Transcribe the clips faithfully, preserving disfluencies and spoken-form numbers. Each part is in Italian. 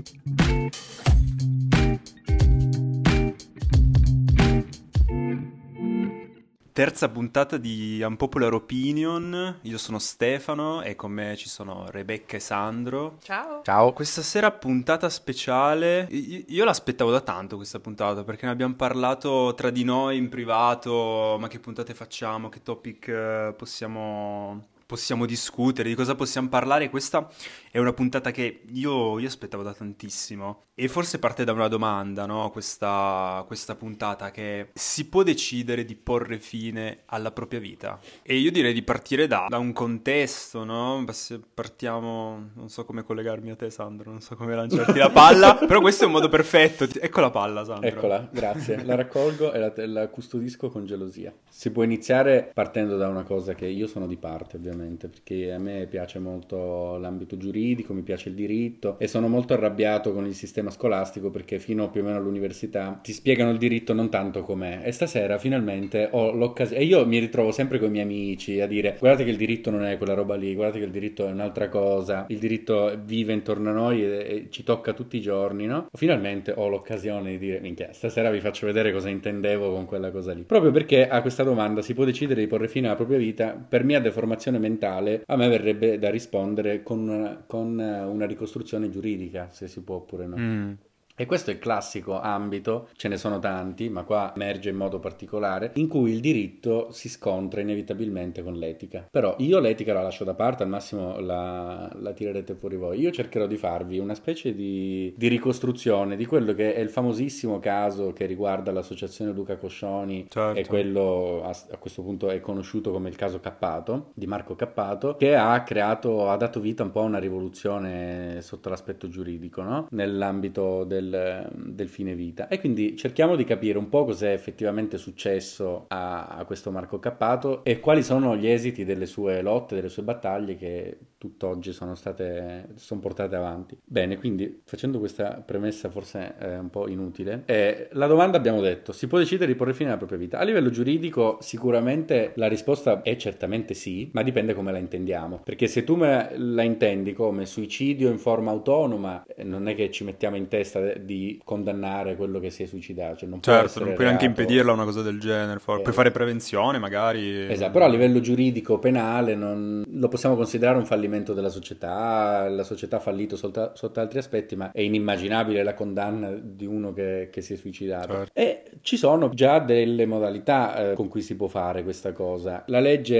Terza puntata di Unpopular Opinion, io sono Stefano e con me ci sono Rebecca e Sandro. Ciao. Ciao. Questa sera puntata speciale, I- io l'aspettavo da tanto questa puntata perché ne abbiamo parlato tra di noi in privato, ma che puntate facciamo, che topic eh, possiamo... possiamo discutere, di cosa possiamo parlare. Questa è una puntata che io, io aspettavo da tantissimo e forse parte da una domanda, no? Questa, questa puntata che si può decidere di porre fine alla propria vita e io direi di partire da, da un contesto, no? Pass- Partiamo, non so come collegarmi a te Sandro, non so come lanciarti la palla, però questo è un modo perfetto. Ecco la palla Sandro. Eccola, grazie, la raccolgo e la, la custodisco con gelosia. Si può iniziare partendo da una cosa che io sono di parte ovviamente, perché a me piace molto l'ambito giuridico, mi piace il diritto e sono molto arrabbiato con il sistema scolastico perché fino più o meno all'università ti spiegano il diritto non tanto com'è, e stasera finalmente ho l'occasione, e io mi ritrovo sempre con i miei amici a dire: guardate che il diritto non è quella roba lì, guardate che il diritto è un'altra cosa, il diritto vive intorno a noi e, e ci tocca tutti i giorni, no? Finalmente ho l'occasione di dire: minchia, stasera vi faccio vedere cosa intendevo con quella cosa lì, proprio perché a questa domanda si può decidere di porre fine alla propria vita. Per mia deformazione mentale a me verrebbe da rispondere con una, con una ricostruzione giuridica, se si può oppure no. Mm. E questo è il classico ambito, ce ne sono tanti, ma qua emerge in modo particolare, in cui il diritto si scontra inevitabilmente con l'etica. Però io l'etica la lascio da parte, al massimo la, la tirerete fuori voi. Io cercherò di farvi una specie di, di ricostruzione di quello che è il famosissimo caso che riguarda l'associazione Luca Coscioni, Certo. e quello a, a questo punto è conosciuto come il caso Cappato, di Marco Cappato, che ha creato, ha dato vita un po' a una rivoluzione sotto l'aspetto giuridico, no? Nell'ambito del del fine vita, e quindi cerchiamo di capire un po' cos'è effettivamente successo a, a questo Marco Cappato e quali sono gli esiti delle sue lotte, delle sue battaglie che tutt'oggi sono state sono portate avanti. Bene, quindi facendo questa premessa forse eh, un po' inutile, eh, la domanda, abbiamo detto, si può decidere di porre fine alla propria vita. A livello giuridico sicuramente la risposta è certamente sì, ma dipende come la intendiamo, perché se tu me la intendi come suicidio in forma autonoma, eh, non è che ci mettiamo in testa di condannare quello che si è suicidato, cioè non può Certo, essere non puoi neanche reato. impedirla una cosa del genere, for- Eh, puoi fare prevenzione magari. Esatto, però a livello giuridico penale non, lo possiamo considerare un fallimento della società, la società ha fallito sotto, sotto altri aspetti, ma è inimmaginabile la condanna di uno che, che si è suicidato. Certo. E ci sono già delle modalità eh, con cui si può fare questa cosa. La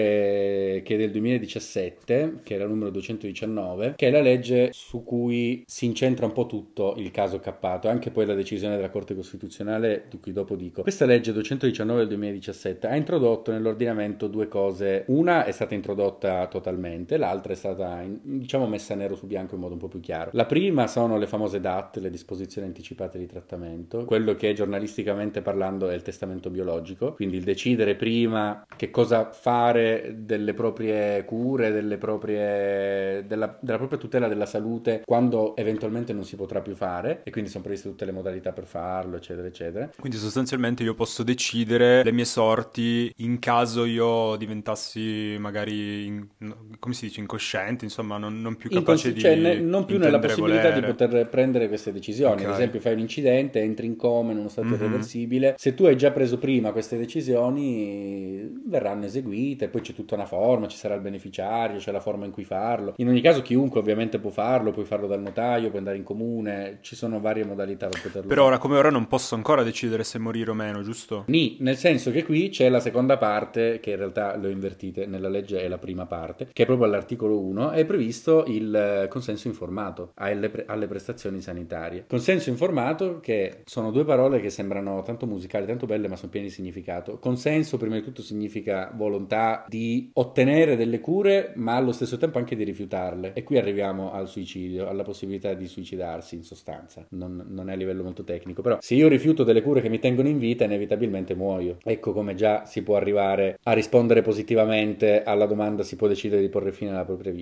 legge che è del duemiladiciassette, che è la numero duecentodiciannove, che è la legge su cui si incentra un po' tutto il caso Cappato, anche poi la decisione della Corte Costituzionale di cui dopo dico. Questa legge duecentodiciannove del duemiladiciassette ha introdotto nell'ordinamento due cose. Una è stata introdotta totalmente, l'altra è stata diciamo messa nero su bianco in modo un po' più chiaro. La prima sono le famose D A T, le disposizioni anticipate di trattamento, quello che giornalisticamente parlando è il testamento biologico, quindi il decidere prima che cosa fare delle proprie cure, delle proprie della, della propria tutela della salute quando eventualmente non si potrà più fare, e quindi sono previste tutte le modalità per farlo, eccetera eccetera. Quindi sostanzialmente io posso decidere le mie sorti in caso io diventassi magari in- come si dice, incosciente, insomma non, non più capace Inconsci- di cioè, ne- non più nella intendere possibilità volere. di poter prendere queste decisioni. Ok. Ad esempio, fai un incidente, entri in coma in uno stato Mhm. irreversibile. Se tu hai già preso prima queste decisioni, verranno eseguite. Poi c'è tutta una forma, ci sarà il beneficiario, c'è la forma in cui farlo. In ogni caso, chiunque ovviamente può farlo, puoi farlo dal notaio, puoi andare in comune, ci sono varie modalità per poterlo Per fare. ora come ora non posso ancora decidere se morire o meno, giusto? Ni, nel senso che qui c'è la seconda parte, che in realtà l'ho invertite, nella legge è la prima parte, che è proprio all'articolo uno, è previsto il eh, consenso informato alle, pre- alle prestazioni sanitarie. Consenso informato, che sono due parole che sembrano tanto musicali, tanto belle, ma sono piene di significato. Consenso, prima di tutto, significa volontà di ottenere delle cure, ma allo stesso tempo anche di rifiutarle. E qui arriviamo al suicidio, alla possibilità di suicidarsi, in sostanza. Non, non è a livello molto tecnico, però se io rifiuto delle cure che mi tengono in vita, inevitabilmente muoio. Ecco come già si può arrivare a rispondere positivamente alla domanda: si può decidere di porre fine alla propria vita.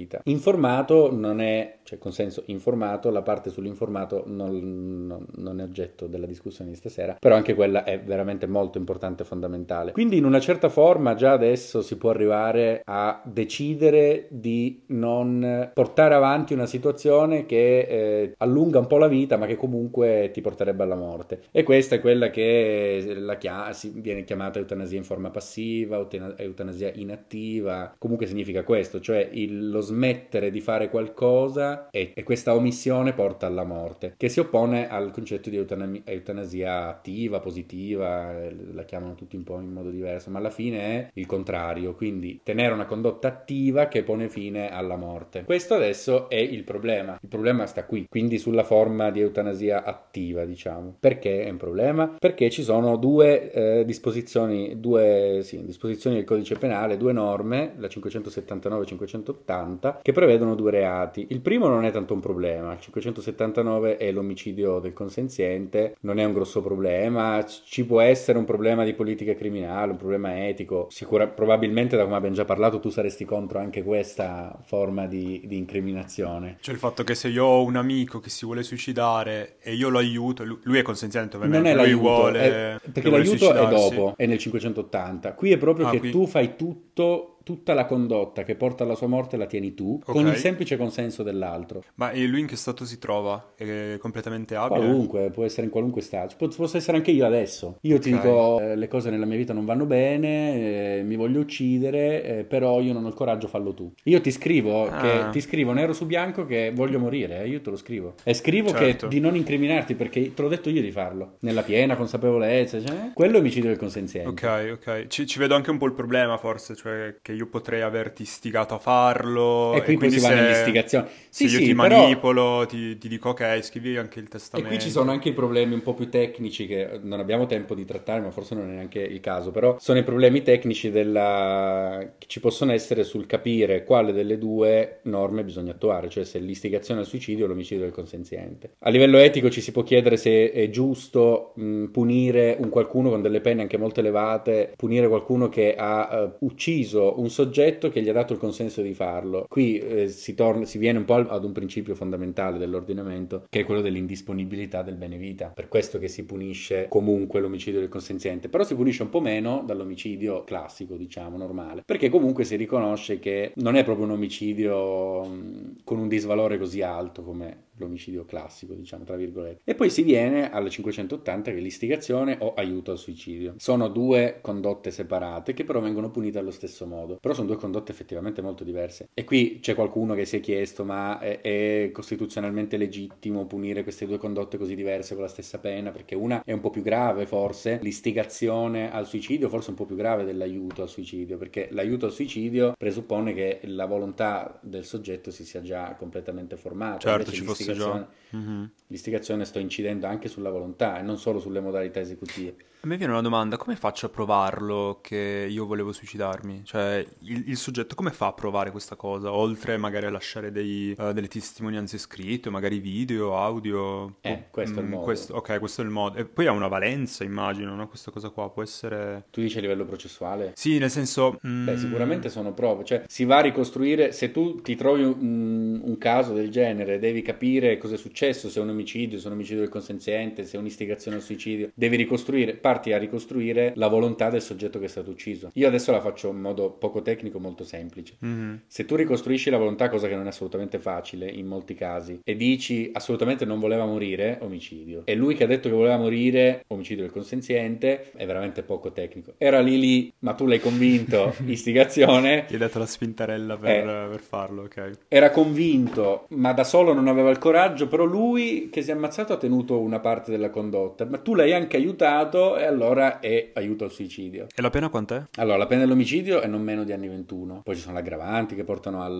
vita. Informato non è, cioè consenso informato, la parte sull'informato non, non, non è oggetto della discussione di stasera, però anche quella è veramente molto importante e fondamentale. Quindi in una certa forma già adesso si può arrivare a decidere di non portare avanti una situazione che eh, allunga un po' la vita ma che comunque ti porterebbe alla morte, e questa è quella che la chia- si viene chiamata eutanasia in forma passiva, eutana- eutanasia inattiva. Comunque significa questo, cioè il, lo smettere di fare qualcosa e, e questa omissione porta alla morte, che si oppone al concetto di eutana- eutanasia attiva, positiva, eh, la chiamano tutti un po' in modo diverso, ma alla fine è il contrario, quindi tenere una condotta attiva che pone fine alla morte. Questo adesso è il problema, il problema sta qui, quindi sulla forma di eutanasia attiva, diciamo. Perché è un problema? Perché ci sono due eh, disposizioni, due sì, disposizioni del codice penale, due norme, la cinquecentosettantanove e cinquecentottanta, che prevedono due reati. Il primo non è tanto un problema, il cinquecentosettantanove è l'omicidio del consenziente, non è un grosso problema, ci può essere un problema di politica criminale, un problema etico, sicura, probabilmente da come abbiamo già parlato tu saresti contro anche questa forma di, di incriminazione. Cioè il fatto che se io ho un amico che si vuole suicidare e io lo aiuto, lui, lui è consenziente ovviamente, Non è lui l'aiuto, vuole, è, perché vuole l'aiuto è suicidarsi. dopo, è nel cinquecentottanta. Qui è proprio Ah, che qui. tu fai tutto, tutta la condotta che porta alla sua morte la tieni tu, Ok. con il semplice consenso dell'altro. Ma e lui in che stato si trova? È completamente abile? Qualunque, può essere in qualunque stato, Pu- posso essere anche io adesso. Io ti Ok. dico, eh, le cose nella mia vita non vanno bene, eh, mi voglio uccidere, eh, però io non ho il coraggio, fallo tu. Io ti scrivo, che, Ah. ti scrivo nero su bianco che voglio morire, eh, io te lo scrivo. E scrivo Certo. che di non incriminarti perché te l'ho detto io di farlo, nella piena consapevolezza, cioè, quello è omicidio del consenziente. Ok, ok. Ci, ci vedo anche un po' il problema forse, cioè che io potrei averti istigato a farlo E e qui poi quindi si va se, nell'istigazione. se Sì, io sì, ti però... manipolo, ti, ti dico ok, scrivi anche il E testamento. qui ci sono anche i problemi un po' più tecnici che non abbiamo tempo di trattare, ma forse non è neanche il caso, però sono i problemi tecnici della... che ci possono essere sul capire quale delle due norme bisogna attuare, cioè se l'istigazione al suicidio o l'omicidio del consenziente. A livello etico ci si può chiedere se è giusto mh, punire un qualcuno con delle pene anche molto elevate, punire qualcuno che ha uh, ucciso un soggetto che gli ha dato il consenso di farlo. Qui eh, si, torna, si viene un po' ad un principio fondamentale dell'ordinamento, che è quello dell'indisponibilità del bene vita. Per questo che si punisce comunque l'omicidio del consenziente, però si punisce un po' meno dall'omicidio classico, diciamo, normale, perché comunque si riconosce che non è proprio un omicidio mh, con un disvalore così alto come l'omicidio classico, diciamo, tra virgolette. E poi si viene alla cinquecentottanta, che è l'istigazione o aiuto al suicidio. Sono due condotte separate che però vengono punite allo stesso modo, però sono due condotte effettivamente molto diverse. E qui c'è qualcuno che si è chiesto, ma è, è costituzionalmente legittimo punire queste due condotte così diverse con la stessa pena? Perché una è un po' più grave forse, l'istigazione al suicidio forse un po' più grave dell'aiuto al suicidio, perché l'aiuto al suicidio presuppone che la volontà del soggetto si sia già completamente formata. Certo, Invece ci fosse già. l'istigazione, Mhm. l'istigazione sto incidendo anche sulla volontà e non solo sulle modalità esecutive. A me viene una domanda, come faccio a provarlo che io volevo suicidarmi? Cioè, il, il soggetto come fa a provare questa cosa? Oltre magari a lasciare dei, eh, delle testimonianze scritte, o magari video, audio. Eh, questo è il Mm, modo. questo- ok, questo è il modo. E poi ha una valenza, immagino, no? Questa cosa qua può essere... Tu dici a livello processuale? Sì, nel senso... mm, Beh, sicuramente sono prove, cioè si va a ricostruire, se tu ti trovi un, un caso del genere, devi capire cosa è successo, se è un omicidio, se è un omicidio del consenziente, se è un'istigazione al suicidio, devi ricostruire, parti a ricostruire la volontà del soggetto che è stato ucciso. Io adesso la faccio in modo poco tecnico, molto semplice. mhm. Se tu ricostruisci la volontà, cosa che non è assolutamente facile in molti casi, e dici assolutamente non voleva morire, omicidio. E lui che ha detto che voleva morire, omicidio del consenziente, è veramente poco tecnico. Era lì lì, ma tu l'hai convinto, istigazione. Gli hai dato la spintarella per, Eh. per farlo, ok. Era convinto, ma da solo non aveva il coraggio, però lui che si è ammazzato ha tenuto una parte della condotta, ma tu l'hai anche aiutato e allora è aiuto al suicidio. E la pena quant'è? Allora, la pena dell'omicidio è non meno di anni ventuno, poi ci sono le aggravanti che portano al,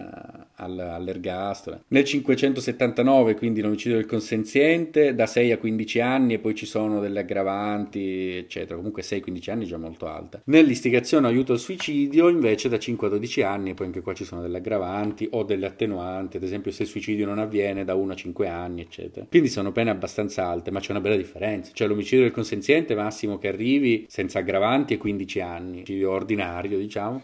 al- all'ergastolo. Nel cinquecentosettantanove, quindi l'omicidio del consenziente, da sei a quindici anni, e poi ci sono delle aggravanti, eccetera. Comunque sei quindici anni è già molto alta. Nell'istigazione aiuto al suicidio, invece, da cinque a dodici anni, e poi anche qua ci sono delle aggravanti o delle attenuanti. Ad esempio, se il suicidio non avviene, pene da uno a cinque anni, eccetera. Quindi sono pene abbastanza alte, ma c'è una bella differenza. Cioè l'omicidio del consenziente massimo che arrivi senza aggravanti è quindici anni, omicidio ordinario diciamo,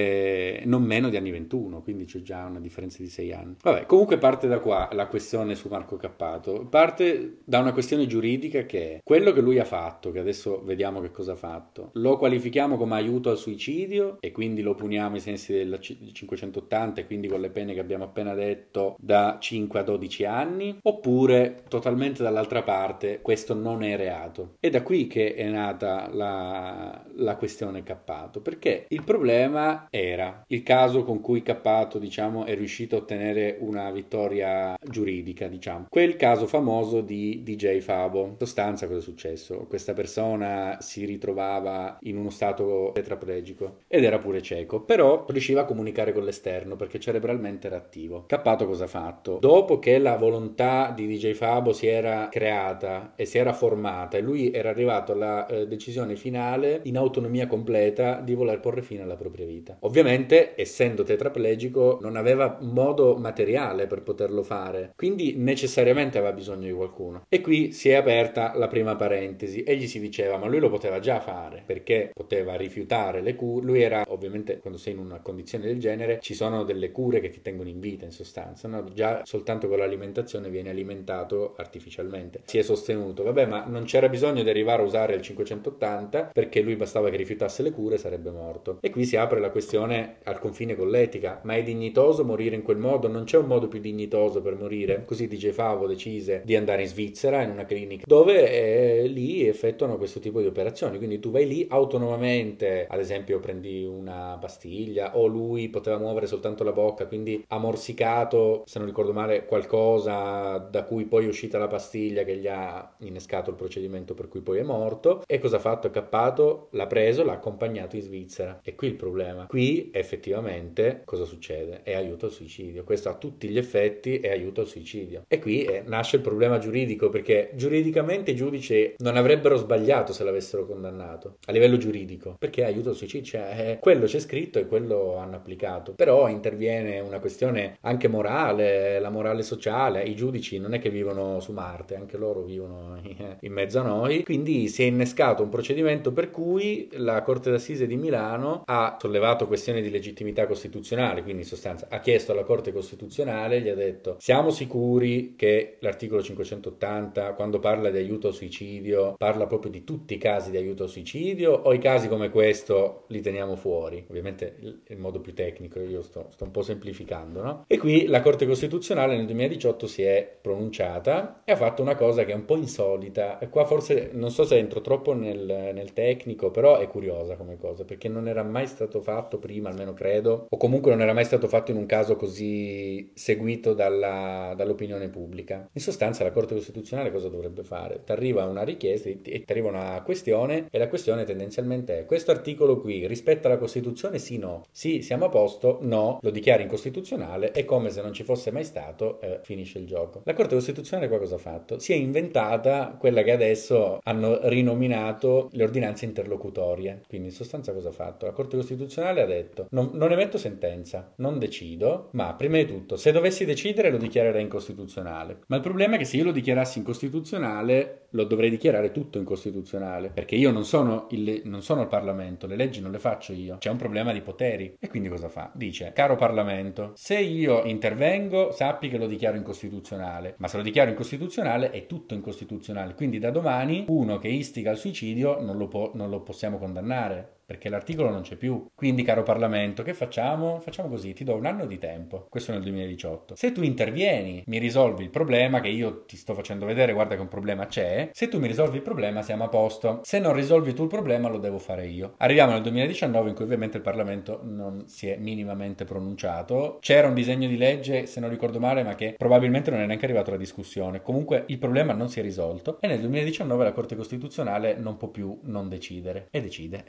e non meno di anni ventuno, quindi c'è già una differenza di sei anni. Vabbè, comunque parte da qua la questione su Marco Cappato. Parte da una questione giuridica che è quello che lui ha fatto, che adesso vediamo che cosa ha fatto. Lo qualifichiamo come aiuto al suicidio e quindi lo puniamo ai sensi del cinquecentottanta e quindi con le pene che abbiamo appena detto da cinque a dodici anni, oppure totalmente dall'altra parte questo non è reato. È da qui che è nata la, la questione Cappato, perché il problema era il caso con cui Cappato diciamo è riuscito a ottenere una vittoria giuridica, diciamo quel caso famoso di D J Fabo. In sostanza cosa è successo? Questa persona si ritrovava in uno stato tetraplegico ed era pure cieco, però riusciva a comunicare con l'esterno perché cerebralmente era attivo. Cappato cosa ha fatto? Dopo che la volontà di D J Fabo si era creata e si era formata e lui era arrivato alla eh, decisione finale in autonomia completa di voler porre fine alla propria vita. Ovviamente, essendo tetraplegico, non aveva modo materiale per poterlo fare, quindi necessariamente aveva bisogno di qualcuno. E qui si è aperta la prima parentesi e gli si diceva ma lui lo poteva già fare perché poteva rifiutare le cure. Lui era, ovviamente quando sei in una condizione del genere ci sono delle cure che ti tengono in vita in sostanza, no? Già soltanto con l'alimentazione viene alimentato artificialmente. Si è sostenuto vabbè ma non c'era bisogno di arrivare a usare il cinquecentottanta perché lui bastava che rifiutasse le cure e sarebbe morto. E qui si apre la questione al confine con l'etica. Ma è dignitoso morire in quel modo? Non c'è un modo più dignitoso per morire? Così D J Favo decise di andare in Svizzera in una clinica dove eh, lì effettuano questo tipo di operazioni, quindi tu vai lì autonomamente, ad esempio prendi una pastiglia o lui poteva muovere soltanto la bocca, quindi ha morsicato, se non ricordo male, qualcosa da cui poi è uscita la pastiglia che gli ha innescato il procedimento per cui poi è morto. E cosa ha fatto? Cappato, l'ha preso, l'ha accompagnato in Svizzera. E qui il problema. Qui effettivamente cosa succede? È aiuto al suicidio. Questo a tutti gli effetti è aiuto al suicidio. E qui eh, nasce il problema giuridico, perché giuridicamente i giudici non avrebbero sbagliato se l'avessero condannato a livello giuridico, perché aiuto al suicidio, cioè eh, quello c'è scritto e quello hanno applicato. Però interviene una questione anche morale, la morale sociale. I giudici non è che vivono su Marte, anche loro vivono in mezzo a noi, quindi si è innescato un procedimento per cui la Corte d'Assise di Milano ha sollevato questioni di legittimità costituzionale, quindi in sostanza ha chiesto alla Corte Costituzionale, gli ha detto siamo sicuri che l'articolo cinquecentottanta quando parla di aiuto al suicidio parla proprio di tutti i casi di aiuto al suicidio o i casi come questo li teniamo fuori? Ovviamente il, il modo più tecnico, io sto, sto un po' semplificando, no? E qui la Corte Costituzionale nel duemiladiciotto si è pronunciata e ha fatto una cosa che è un po' insolita, e qua forse non so se entro troppo nel, nel tecnico, però è curiosa come cosa, perché non era mai stato fatto prima, almeno credo, o comunque non era mai stato fatto in un caso così seguito dalla, dall'opinione pubblica. In sostanza la Corte Costituzionale cosa dovrebbe fare? Ti arriva una richiesta e ti arriva una questione e la questione tendenzialmente è questo articolo qui rispetta la Costituzione? Sì, no. Sì, siamo a posto? No. Lo dichiari incostituzionale e come se non ci fosse mai stato eh, finisce il gioco. La Corte Costituzionale qua cosa ha fatto? Si è inventata quella che adesso hanno rinominato le ordinanze interlocutorie. Quindi in sostanza cosa ha fatto? La Corte Costituzionale ha detto non, non emetto sentenza, non decido, ma prima di tutto se dovessi decidere lo dichiarerei incostituzionale. Ma il problema è che se io lo dichiarassi incostituzionale lo dovrei dichiarare tutto incostituzionale, perché io non sono il, non sono il Parlamento, le leggi non le faccio io, c'è un problema di poteri. E quindi cosa fa? Dice, caro Parlamento, se io intervengo sappi che lo dichiaro incostituzionale, ma se lo dichiaro incostituzionale è tutto incostituzionale, quindi da domani uno che istiga al suicidio non lo, può, non lo possiamo condannare, perché l'articolo non c'è più. Quindi, caro Parlamento, che facciamo? Facciamo così, ti do un anno di tempo, questo nel duemiladiciotto. Se tu intervieni, mi risolvi il problema, che io ti sto facendo vedere, guarda che un problema c'è, se tu mi risolvi il problema siamo a posto, se non risolvi tu il problema lo devo fare io. Arriviamo nel duemiladiciannove in cui ovviamente il Parlamento non si è minimamente pronunciato, c'era un disegno di legge, se non ricordo male, ma che probabilmente non è neanche arrivato alla discussione, comunque il problema non si è risolto e nel duemiladiciannove la Corte Costituzionale non può più non decidere, e decide, emette sentenza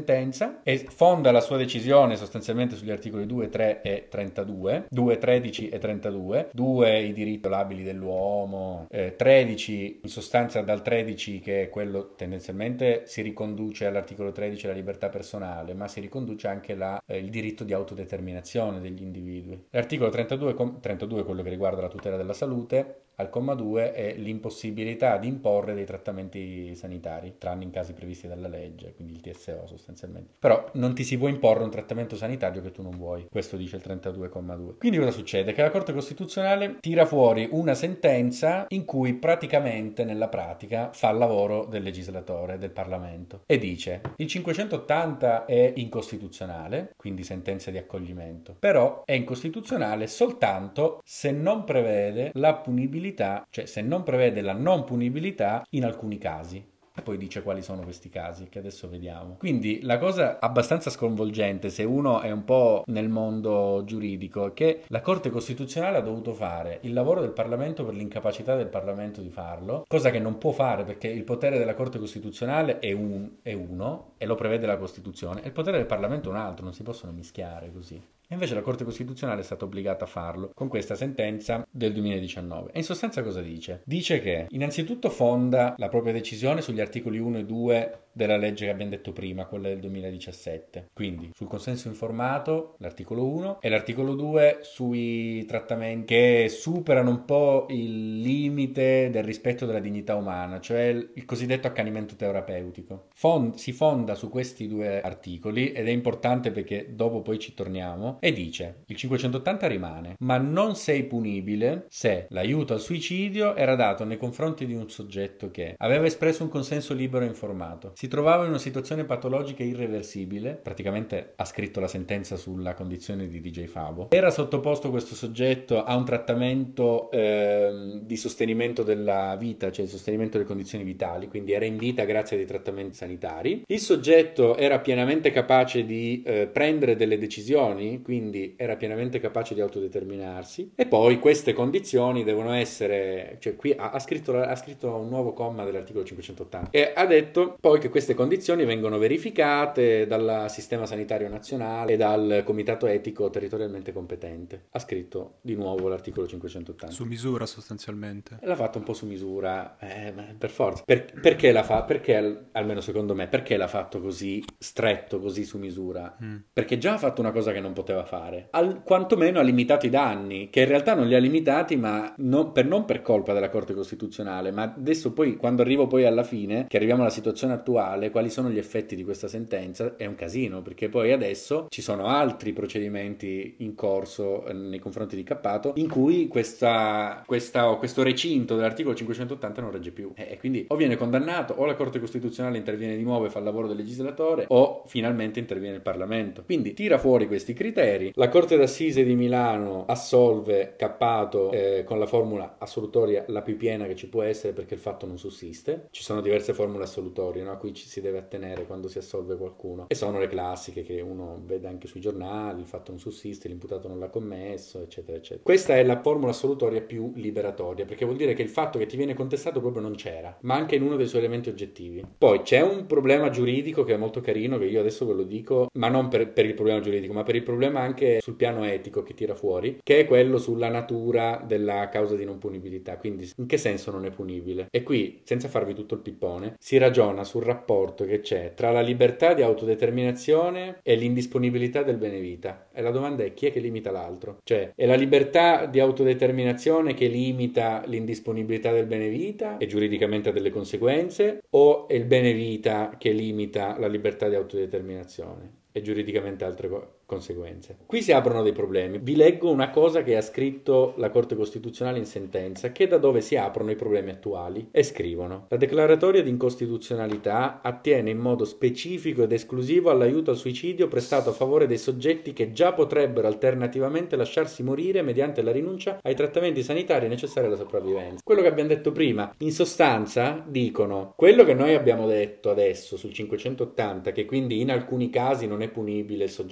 sentenza e fonda la sua decisione sostanzialmente sugli articoli due, tre e trentadue, due, tredici e trentadue, due i diritti labili dell'uomo, eh, tredici in sostanza dal tredici che è quello tendenzialmente si riconduce all'articolo tredici la libertà personale, ma si riconduce anche la, eh, il diritto di autodeterminazione degli individui. L'articolo trentadue, trentadue è quello che riguarda la tutela della salute, al comma due è l'impossibilità di imporre dei trattamenti sanitari, tranne in casi previsti dalla legge, quindi il T S O sostanzialmente. Però non ti si può imporre un trattamento sanitario che tu non vuoi, questo dice il trentadue comma due. Quindi cosa succede? Che la Corte Costituzionale tira fuori una sentenza in cui praticamente nella pratica fa il lavoro del legislatore, del Parlamento, e dice il cinquecentottanta è incostituzionale, quindi sentenza di accoglimento, però è incostituzionale soltanto se non prevede la punibilità, cioè se non prevede la non punibilità in alcuni casi. E poi dice quali sono questi casi, che adesso vediamo. Quindi la cosa abbastanza sconvolgente, se uno è un po' nel mondo giuridico, è che la Corte Costituzionale ha dovuto fare il lavoro del Parlamento per l'incapacità del Parlamento di farlo, cosa che non può fare perché il potere della Corte Costituzionale è, un, è uno, e lo prevede la Costituzione, e il potere del Parlamento è un altro, non si possono mischiare così. E invece la Corte Costituzionale è stata obbligata a farlo con questa sentenza del duemiladiciannove. E in sostanza cosa dice? Dice che innanzitutto fonda la propria decisione sugli articoli uno e due della legge che abbiamo detto prima, quella del duemiladiciassette. Quindi sul consenso informato, l'articolo uno, e l'articolo due sui trattamenti che superano un po' il limite del rispetto della dignità umana, cioè il cosiddetto accanimento terapeutico. Fond- si fonda su questi due articoli ed è importante perché dopo poi ci torniamo. E dice, il cinquecentottanta rimane, ma non sei punibile se l'aiuto al suicidio era dato nei confronti di un soggetto che aveva espresso un consenso libero e informato, si trovava in una situazione patologica irreversibile, praticamente ha scritto la sentenza sulla condizione di D J Fabo, era sottoposto questo soggetto a un trattamento eh, di sostenimento della vita, cioè il sostenimento delle condizioni vitali, quindi era in vita grazie a dei trattamenti sanitari, il soggetto era pienamente capace di eh, prendere delle decisioni, quindi era pienamente capace di autodeterminarsi, e poi queste condizioni devono essere, cioè qui ha, ha, scritto, ha scritto un nuovo comma dell'articolo cinquecentottanta e ha detto poi che queste condizioni vengono verificate dal sistema sanitario nazionale e dal comitato etico territorialmente competente. Ha scritto di nuovo l'articolo cinquecentottanta. Su misura sostanzialmente. L'ha fatto un po' su misura, eh, per forza. Per, perché l'ha fatto? Perché, almeno secondo me, perché l'ha fatto così stretto, così su misura? Mm. Perché già ha fatto una cosa che non poteva fare, Al, quantomeno ha limitato i danni, che in realtà non li ha limitati, ma non per, non per colpa della Corte Costituzionale, ma adesso poi quando arrivo poi alla fine, che arriviamo alla situazione attuale, quali sono gli effetti di questa sentenza? È un casino, perché poi adesso ci sono altri procedimenti in corso eh, nei confronti di Cappato, in cui questa, questa, questo recinto dell'articolo cinquecentottanta non regge più, e quindi o viene condannato, o la Corte Costituzionale interviene di nuovo e fa il lavoro del legislatore, o finalmente interviene il Parlamento. Quindi tira fuori questi criteri. La Corte d'Assise di Milano assolve Cappato eh, con la formula assolutoria la più piena che ci può essere, perché il fatto non sussiste. Ci sono diverse formule assolutorie, no? A cui ci si deve attenere quando si assolve qualcuno, e sono le classiche che uno vede anche sui giornali: il fatto non sussiste, l'imputato non l'ha commesso, eccetera eccetera. Questa è la formula assolutoria più liberatoria, perché vuol dire che il fatto che ti viene contestato proprio non c'era, ma anche in uno dei suoi elementi oggettivi. Poi c'è un problema giuridico che è molto carino, che io adesso ve lo dico, ma non per, per il problema giuridico, ma per il problema anche sul piano etico che tira fuori, che è quello sulla natura della causa di non punibilità. Quindi in che senso non è punibile? E qui, senza farvi tutto il pippone, si ragiona sul rapporto che c'è tra la libertà di autodeterminazione e l'indisponibilità del bene vita. E la domanda è: chi è che limita l'altro? Cioè, è la libertà di autodeterminazione che limita l'indisponibilità del bene vita e giuridicamente ha delle conseguenze, o è il bene vita che limita la libertà di autodeterminazione e giuridicamente altre co- conseguenze? Qui si aprono dei problemi. Vi leggo una cosa che ha scritto la Corte Costituzionale in sentenza, che è da dove si aprono i problemi attuali, e scrivono: la declaratoria di incostituzionalità attiene in modo specifico ed esclusivo all'aiuto al suicidio prestato a favore dei soggetti che già potrebbero alternativamente lasciarsi morire mediante la rinuncia ai trattamenti sanitari necessari alla sopravvivenza. Quello che abbiamo detto prima. In sostanza dicono quello che noi abbiamo detto adesso sul cinquecentottanta, che quindi in alcuni casi non è punibile il soggetto che aiuta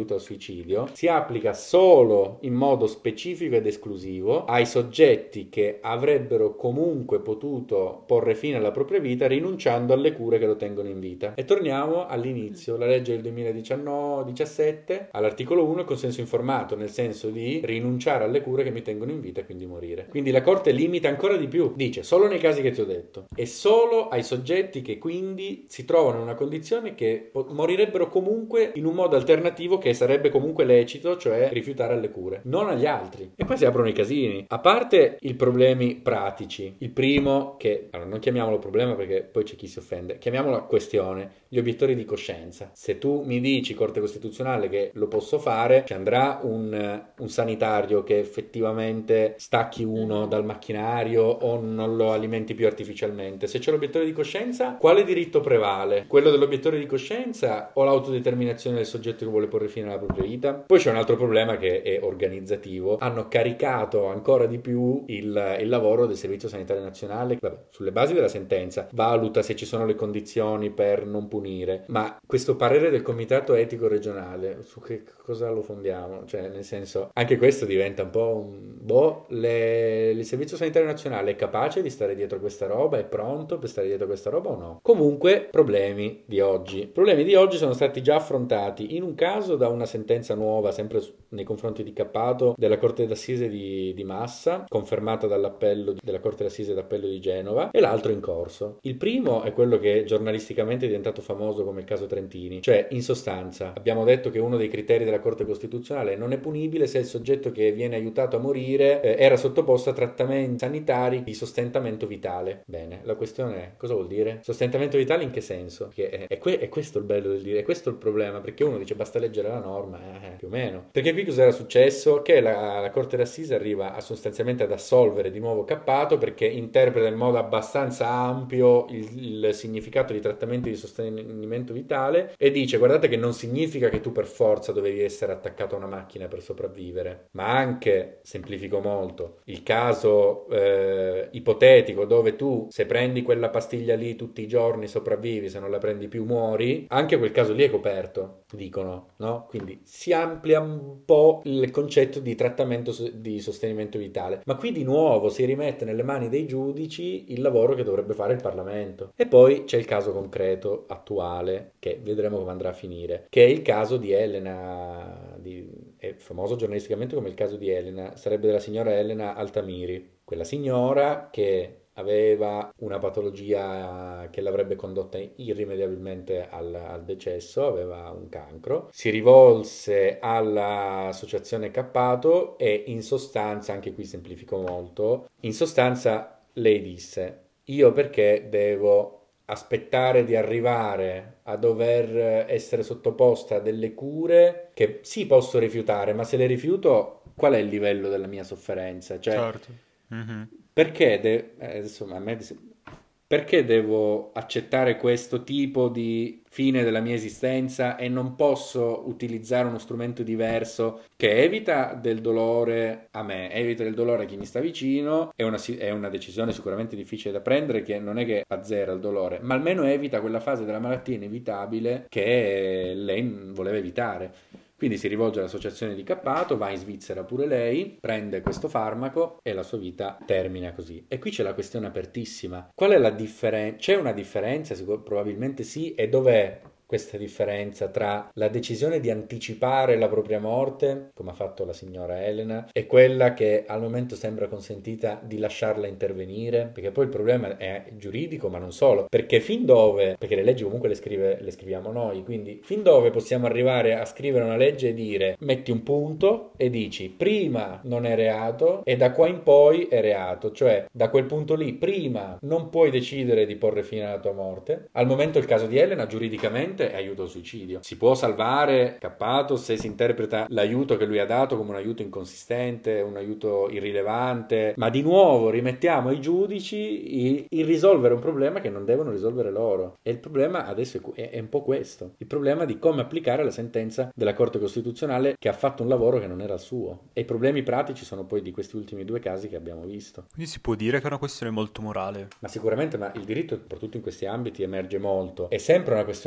aiuto al suicidio si applica solo in modo specifico ed esclusivo ai soggetti che avrebbero comunque potuto porre fine alla propria vita rinunciando alle cure che lo tengono in vita. E torniamo all'inizio, la legge del duemiladiciannove diciassette, all'articolo uno, il consenso informato, nel senso di rinunciare alle cure che mi tengono in vita e quindi morire. Quindi la Corte limita ancora di più, dice solo nei casi che ti ho detto e solo ai soggetti che quindi si trovano in una condizione che po- morirebbero comunque in un modo alternativo che sarebbe comunque lecito, cioè rifiutare alle cure, non agli altri. E poi si aprono i casini, a parte i problemi pratici. Il primo, che allora non chiamiamolo problema perché poi c'è chi si offende, chiamiamola questione, gli obiettori di coscienza. Se tu mi dici, Corte Costituzionale, che lo posso fare, ci andrà un, un sanitario che effettivamente stacchi uno dal macchinario o non lo alimenti più artificialmente. Se c'è l'obiettore di coscienza, quale diritto prevale? Quello dell'obiettore di coscienza o l'autodeterminazione del soggetto che vuole porre fine alla propria vita? Poi c'è un altro problema che è organizzativo. Hanno caricato ancora di più il, il lavoro del Servizio Sanitario Nazionale. Vabbè, sulle basi della sentenza valuta se ci sono le condizioni per non punire, ma questo parere del Comitato Etico Regionale su che cosa lo fondiamo? Cioè, nel senso, anche questo diventa un po' un boh, le, il Servizio Sanitario Nazionale è capace di stare dietro questa roba? È pronto per stare dietro questa roba o no? Comunque, problemi di oggi. Problemi di oggi sono stati già affrontati in un caso da una sentenza nuova, sempre nei confronti di Cappato, della Corte d'Assise di, di Massa, confermata dall'appello della Corte d'Assise d'Appello di Genova, e l'altro in corso. Il primo è quello che giornalisticamente è diventato famoso come il caso Trentini, cioè in sostanza abbiamo detto che uno dei criteri della Corte Costituzionale non è punibile se il soggetto che viene aiutato a morire eh, era sottoposto a trattamenti sanitari di sostentamento vitale. Bene, la questione è cosa vuol dire? Sostentamento vitale in che senso? Perché è, è, que- è questo il bello del dire, è questo il problema, perché uno dice basta leggere la norma, eh, più o meno. Perché qui cosa era successo? Che la, la Corte d'Assise arriva a sostanzialmente ad assolvere di nuovo Cappato perché interpreta in modo abbastanza ampio il, il significato di trattamento di sostenimento vitale e dice guardate che non significa che tu per forza dovevi essere attaccato a una macchina per sopravvivere, ma anche, semplifico molto, il caso eh, ipotetico dove tu se prendi quella pastiglia lì tutti i giorni sopravvivi, se non la prendi più muori, anche quel caso lì è coperto, dicono, no? Quindi si amplia un po' il concetto di trattamento di sostenimento vitale, ma qui di nuovo si rimette nelle mani dei giudici il lavoro che dovrebbe fare il Parlamento. E poi c'è il caso concreto attuale che vedremo come andrà a finire, che è il caso di Elena, di, è famoso giornalisticamente come il caso di Elena, sarebbe della signora Elena Altamiri, quella signora che aveva una patologia che l'avrebbe condotta irrimediabilmente al, al decesso, aveva un cancro, si rivolse all'associazione Cappato e in sostanza, anche qui semplifico molto, in sostanza lei disse io perché devo aspettare di arrivare a dover essere sottoposta a delle cure che sì posso rifiutare, ma se le rifiuto qual è il livello della mia sofferenza? Cioè, Certo. Mm-hmm. perché, de- adesso a me perché devo accettare questo tipo di fine della mia esistenza e non posso utilizzare uno strumento diverso che evita del dolore a me, evita del dolore a chi mi sta vicino? È una, è una decisione sicuramente difficile da prendere, che non è che azzera il dolore, ma almeno evita quella fase della malattia inevitabile che lei voleva evitare. Quindi si rivolge all'associazione di Cappato, va in Svizzera pure lei, prende questo farmaco e la sua vita termina così. E qui c'è la questione apertissima. Qual è la differenza? C'è una differenza? Sicur- probabilmente sì. E dov'è questa differenza tra la decisione di anticipare la propria morte, come ha fatto la signora Elena, e quella che al momento sembra consentita di lasciarla intervenire? Perché poi il problema è giuridico, ma non solo. Perché fin dove, perché le leggi comunque le, scrive, le scriviamo noi, quindi fin dove possiamo arrivare a scrivere una legge e dire metti un punto e dici prima non è reato e da qua in poi è reato, cioè da quel punto lì prima non puoi decidere di porre fine alla tua morte. Al momento il caso di Elena giuridicamente è aiuto al suicidio. Si può salvare Cappato se si interpreta l'aiuto che lui ha dato come un aiuto inconsistente, un aiuto irrilevante, ma di nuovo rimettiamo ai giudici il risolvere un problema che non devono risolvere loro. E il problema adesso è, è un po' questo, il problema di come applicare la sentenza della Corte Costituzionale che ha fatto un lavoro che non era il suo. E i problemi pratici sono poi di questi ultimi due casi che abbiamo visto. Quindi si può dire che è una questione molto morale. Ma sicuramente, ma il diritto, soprattutto in questi ambiti, emerge molto. È sempre una questione morale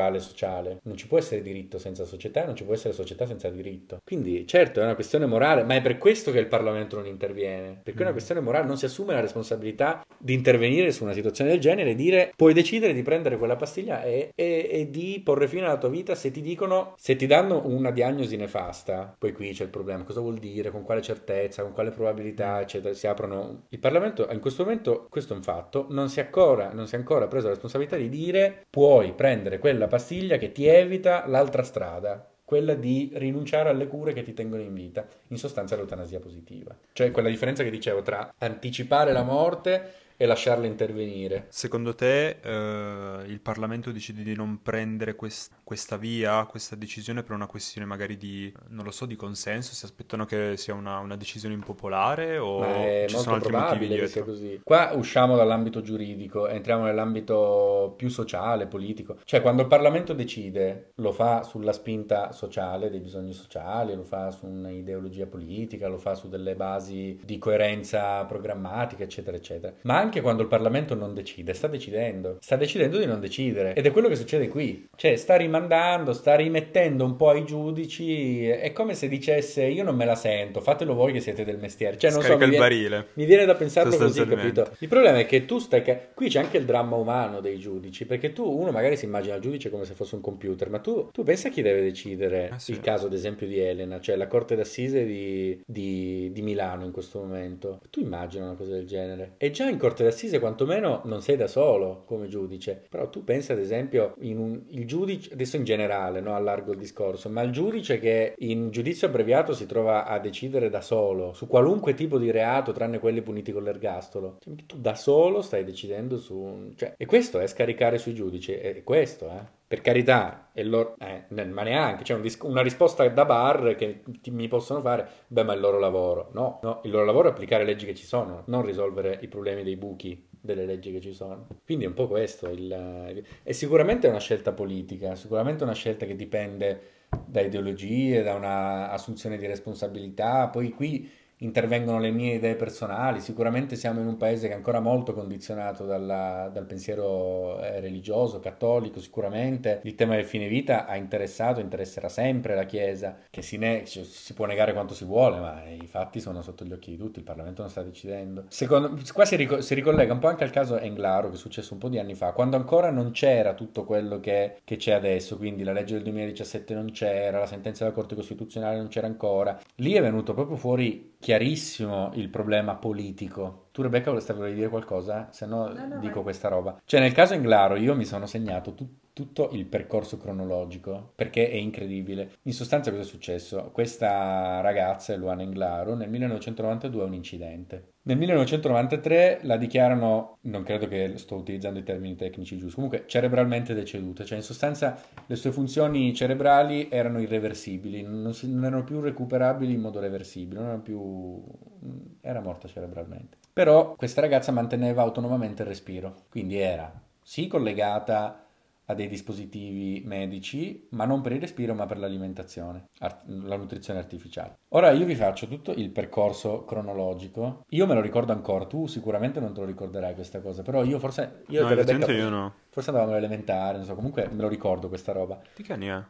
morale sociale. Non ci può essere diritto senza società, non ci può essere società senza diritto. Quindi, certo, è una questione morale, ma è per questo che il Parlamento non interviene, perché è una questione morale, non si assume la responsabilità di intervenire su una situazione del genere e dire puoi decidere di prendere quella pastiglia e, e, e di porre fine alla tua vita se ti dicono, se ti danno una diagnosi nefasta. Poi qui c'è il problema, cosa vuol dire, con quale certezza, con quale probabilità, eccetera. Si aprono. Il Parlamento in questo momento, questo è un fatto, non si è ancora, non si è ancora preso la responsabilità di dire puoi prendere quella pastiglia che ti evita l'altra strada, quella di rinunciare alle cure che ti tengono in vita, in sostanza l'eutanasia positiva. Cioè quella differenza che dicevo tra anticipare la morte e lasciarla intervenire. Secondo te eh, il Parlamento decide di non prendere quest- questa via, questa decisione per una questione magari di, non lo so, di consenso? Si aspettano che sia una, una decisione impopolare Ma o è ci molto sono altri motivi probabile che sia dietro? così. Qua usciamo dall'ambito giuridico, entriamo nell'ambito più sociale, politico. Cioè, quando il Parlamento decide, lo fa sulla spinta sociale, dei bisogni sociali, lo fa su un'ideologia politica, lo fa su delle basi di coerenza programmatica, eccetera, eccetera. Ma anche quando il Parlamento non decide, sta decidendo. Sta decidendo di non decidere. Ed è quello che succede qui. Cioè, sta rimandando, sta rimettendo un po' ai giudici. È come se dicesse, io non me la sento, fatelo voi che siete del mestiere. Cioè, non so, Scarica mi il viene, barile, mi viene da pensarlo così, sostanzialmente. capito? Il problema è che tu stai... ca- Qui c'è anche il dramma umano dei giudici, perché tu, uno magari si immagina il giudice come se fosse un computer, ma tu, tu pensa a chi deve decidere Eh sì. il caso, ad esempio, di Elena, cioè la Corte d'Assise di, di, di Milano in questo momento. Tu immagina una cosa del genere. E già in Corte d'Assise quantomeno non sei da solo come giudice, però tu pensa ad esempio in un, il giudice, adesso in generale, no, allargo il discorso, ma il giudice che in giudizio abbreviato si trova a decidere da solo su qualunque tipo di reato tranne quelli puniti con l'ergastolo, cioè, tu da solo stai decidendo su un... Cioè, e questo è scaricare sui giudici, è questo, eh. Per carità, è loro, eh, ma neanche, c'è un dis- una risposta da bar che ti- mi possono fare, beh, ma è il loro lavoro. No, no, il loro lavoro è applicare leggi che ci sono, non risolvere i problemi dei buchi delle leggi che ci sono. Quindi è un po' questo. Il, è sicuramente una scelta politica, sicuramente una scelta che dipende da ideologie, da una assunzione di responsabilità. Poi qui intervengono le mie idee personali. Sicuramente siamo in un paese che è ancora molto condizionato dalla- dal pensiero eh, religioso, cattolico, sicuramente. Il tema del fine vita ha interessato, interesserà sempre la Chiesa, che si, ne- cioè, si può negare quanto si vuole, ma i fatti sono sotto gli occhi di tutti, il Parlamento non sta decidendo. Secondo, qua si, rico- si ricollega un po' anche al caso Englaro, che è successo un po' di anni fa, quando ancora non c'era tutto quello che, che c'è adesso, quindi la legge del duemiladiciassette non c'era, la sentenza della Corte Costituzionale non c'era ancora. Lì è venuto proprio fuori chiarissimo il problema politico. Tu, Rebecca, volevi dire qualcosa? Se no, No, no, dico vai. questa roba. Cioè, nel caso Englaro, io mi sono segnato tu- tutto il percorso cronologico perché è incredibile. In sostanza, cosa è successo? Questa ragazza, Luana Englaro, nel millenovecentonovantadue ha un incidente. Nel millenovecentonovantatré la dichiarano, non credo che sto utilizzando i termini tecnici giusti, comunque cerebralmente deceduta, cioè in sostanza le sue funzioni cerebrali erano irreversibili, non, si- non erano più recuperabili in modo reversibile, non erano più... era morta cerebralmente. Però questa ragazza manteneva autonomamente il respiro, quindi era sì collegata a dei dispositivi medici, ma non per il respiro, ma per l'alimentazione, art- la nutrizione artificiale. Ora io vi faccio tutto il percorso cronologico. Io me lo ricordo ancora, tu sicuramente non te lo ricorderai questa cosa, però io forse, io No, e Rebecca effettivamente io forse, no. forse andavamo all'elementare, non so, comunque me lo ricordo questa roba. Di che anni è?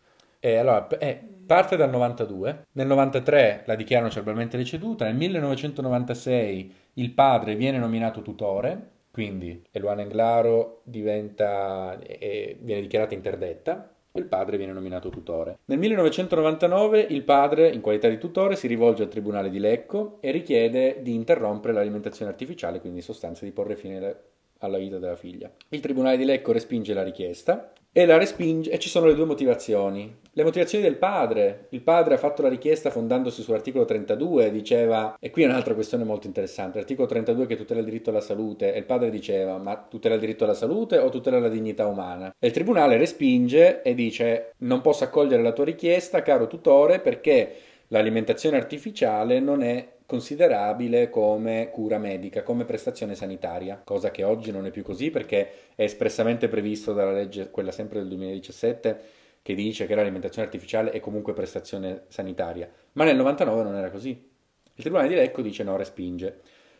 E allora, p- eh, parte dal novantadue, nel novantatré la dichiarano cerebralmente deceduta, nel millenovecentonovantasei il padre viene nominato tutore, quindi Eluana Englaro diventa, e viene dichiarata interdetta, e il padre viene nominato tutore. Nel millenovecentonovantanove il padre, in qualità di tutore, si rivolge al Tribunale di Lecco e richiede di interrompere l'alimentazione artificiale, quindi in sostanza di porre fine alla alla vita della figlia. Il Tribunale di Lecco respinge la richiesta e la respinge e ci sono le due motivazioni. Le motivazioni del padre. Il padre ha fatto la richiesta fondandosi sull'articolo trentadue, diceva, e qui è un'altra questione molto interessante, l'articolo trentadue che tutela il diritto alla salute, e il padre diceva, ma tutela il diritto alla salute o tutela la dignità umana? E il tribunale respinge e dice, non posso accogliere la tua richiesta, caro tutore, perché l'alimentazione artificiale non è considerabile come cura medica, come prestazione sanitaria, cosa che oggi non è più così perché è espressamente previsto dalla legge, quella sempre del duemiladiciassette, che dice che l'alimentazione artificiale è comunque prestazione sanitaria, ma nel novantanove non era così. Il Tribunale di Lecco dice no, respinge.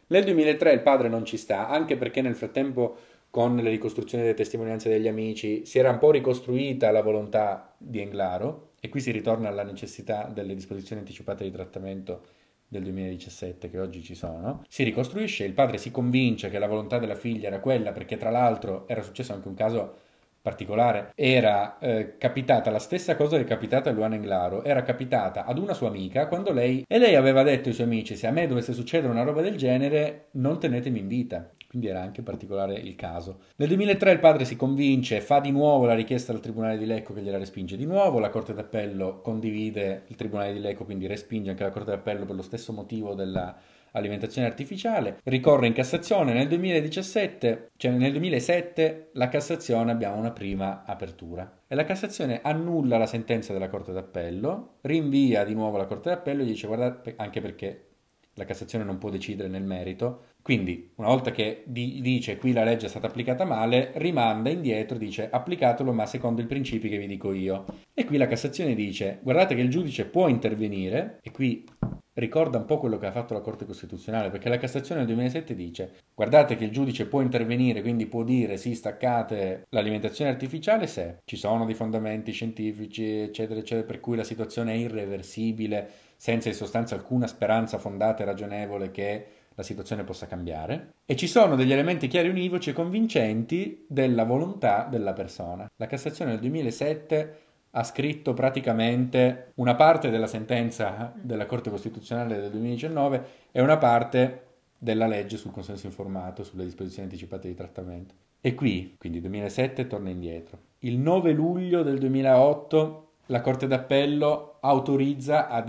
Nel duemilatré il padre non ci sta, anche perché nel frattempo con le ricostruzioni delle testimonianze degli amici si era un po' ricostruita la volontà di Englaro, e qui si ritorna alla necessità delle disposizioni anticipate di trattamento del duemiladiciassette che oggi ci sono. Si ricostruisce, il padre si convince che la volontà della figlia era quella, perché tra l'altro era successo anche un caso particolare, era eh, capitata la stessa cosa che è capitata a Luana Englaro, era capitata ad una sua amica quando lei, e lei aveva detto ai suoi amici: se a me dovesse succedere una roba del genere non tenetemi in vita. Quindi era anche particolare il caso. Nel duemilatré il padre si convince, fa di nuovo la richiesta al Tribunale di Lecco che gliela respinge di nuovo, la Corte d'Appello condivide il Tribunale di Lecco, quindi respinge anche la Corte d'Appello per lo stesso motivo della alimentazione artificiale, ricorre in Cassazione. Nel duemiladiciassette, cioè nel duemilasette, la Cassazione abbiamo una prima apertura e la Cassazione annulla la sentenza della Corte d'Appello, rinvia di nuovo la Corte d'Appello e dice: guardate, anche perché la Cassazione non può decidere nel merito, quindi una volta che di- dice qui la legge è stata applicata male, rimanda indietro, dice applicatelo ma secondo i principi che vi dico io. E qui la Cassazione dice: guardate che il giudice può intervenire, e qui ricorda un po' quello che ha fatto la Corte Costituzionale, perché la Cassazione nel duemilasette dice: guardate che il giudice può intervenire, quindi può dire sì, staccate l'alimentazione artificiale se ci sono dei fondamenti scientifici, eccetera, eccetera, per cui la situazione è irreversibile, senza in sostanza alcuna speranza fondata e ragionevole che la situazione possa cambiare, e ci sono degli elementi chiari, univoci e convincenti della volontà della persona. La Cassazione nel duemilasette ha scritto praticamente una parte della sentenza della Corte Costituzionale del duemiladiciannove e una parte della legge sul consenso informato, sulle disposizioni anticipate di trattamento. E qui, quindi duemilasette, torna indietro. Il nove luglio del duemilaotto la Corte d'Appello autorizza a,